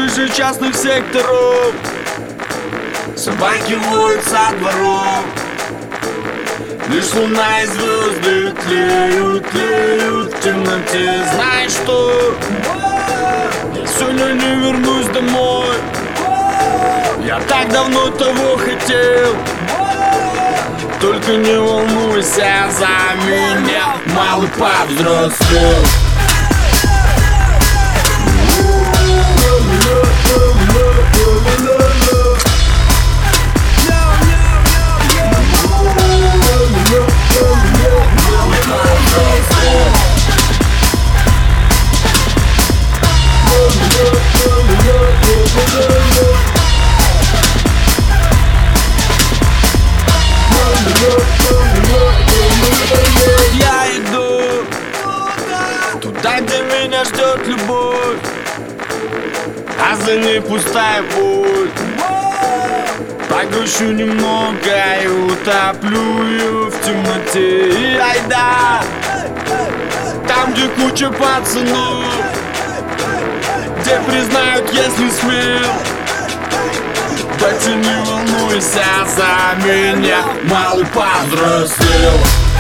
крыши частных секторов. Собаки воют со дворов. Лишь луна и звезды тлеют, тлеют в темноте. Знаешь что? Я сегодня не вернусь домой. Я так давно того хотел. Только не волнуйся за меня, малый повзрослел. Я иду туда, где меня ждет любовь, а за ней пустая боль. Погрущу немного и утоплю ее в темноте. И айда, там, где куча пацанов, где признают, если смел. Да ты не волнуйся за меня, малый повзрослел.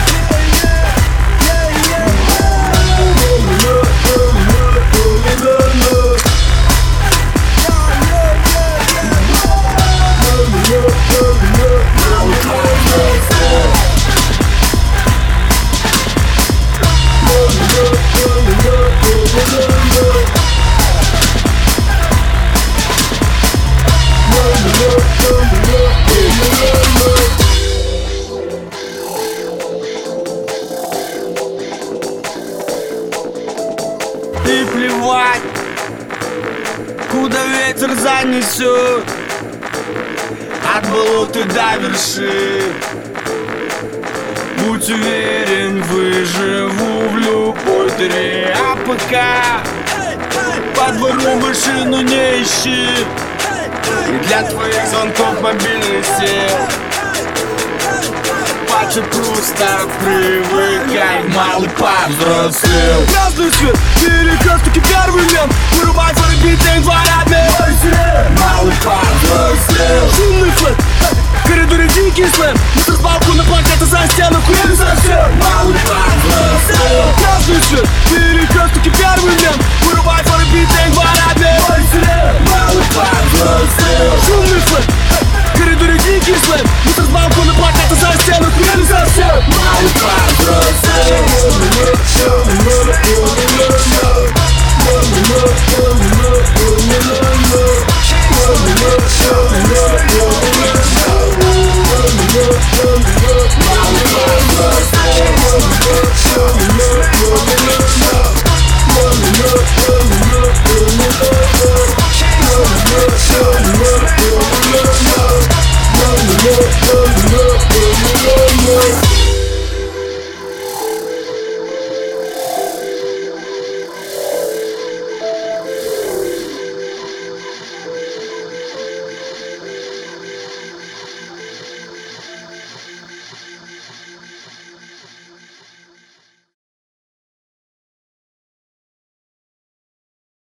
И плевать, куда ветер занесет, от болот и до вершин. Будь уверен, выживу в любой дыре. А пока по двору машину не ищи, и для твоих звонков мобильный сел. Паче, просто привыкай, малый повзрослел. Красный свет, перекрестки, первый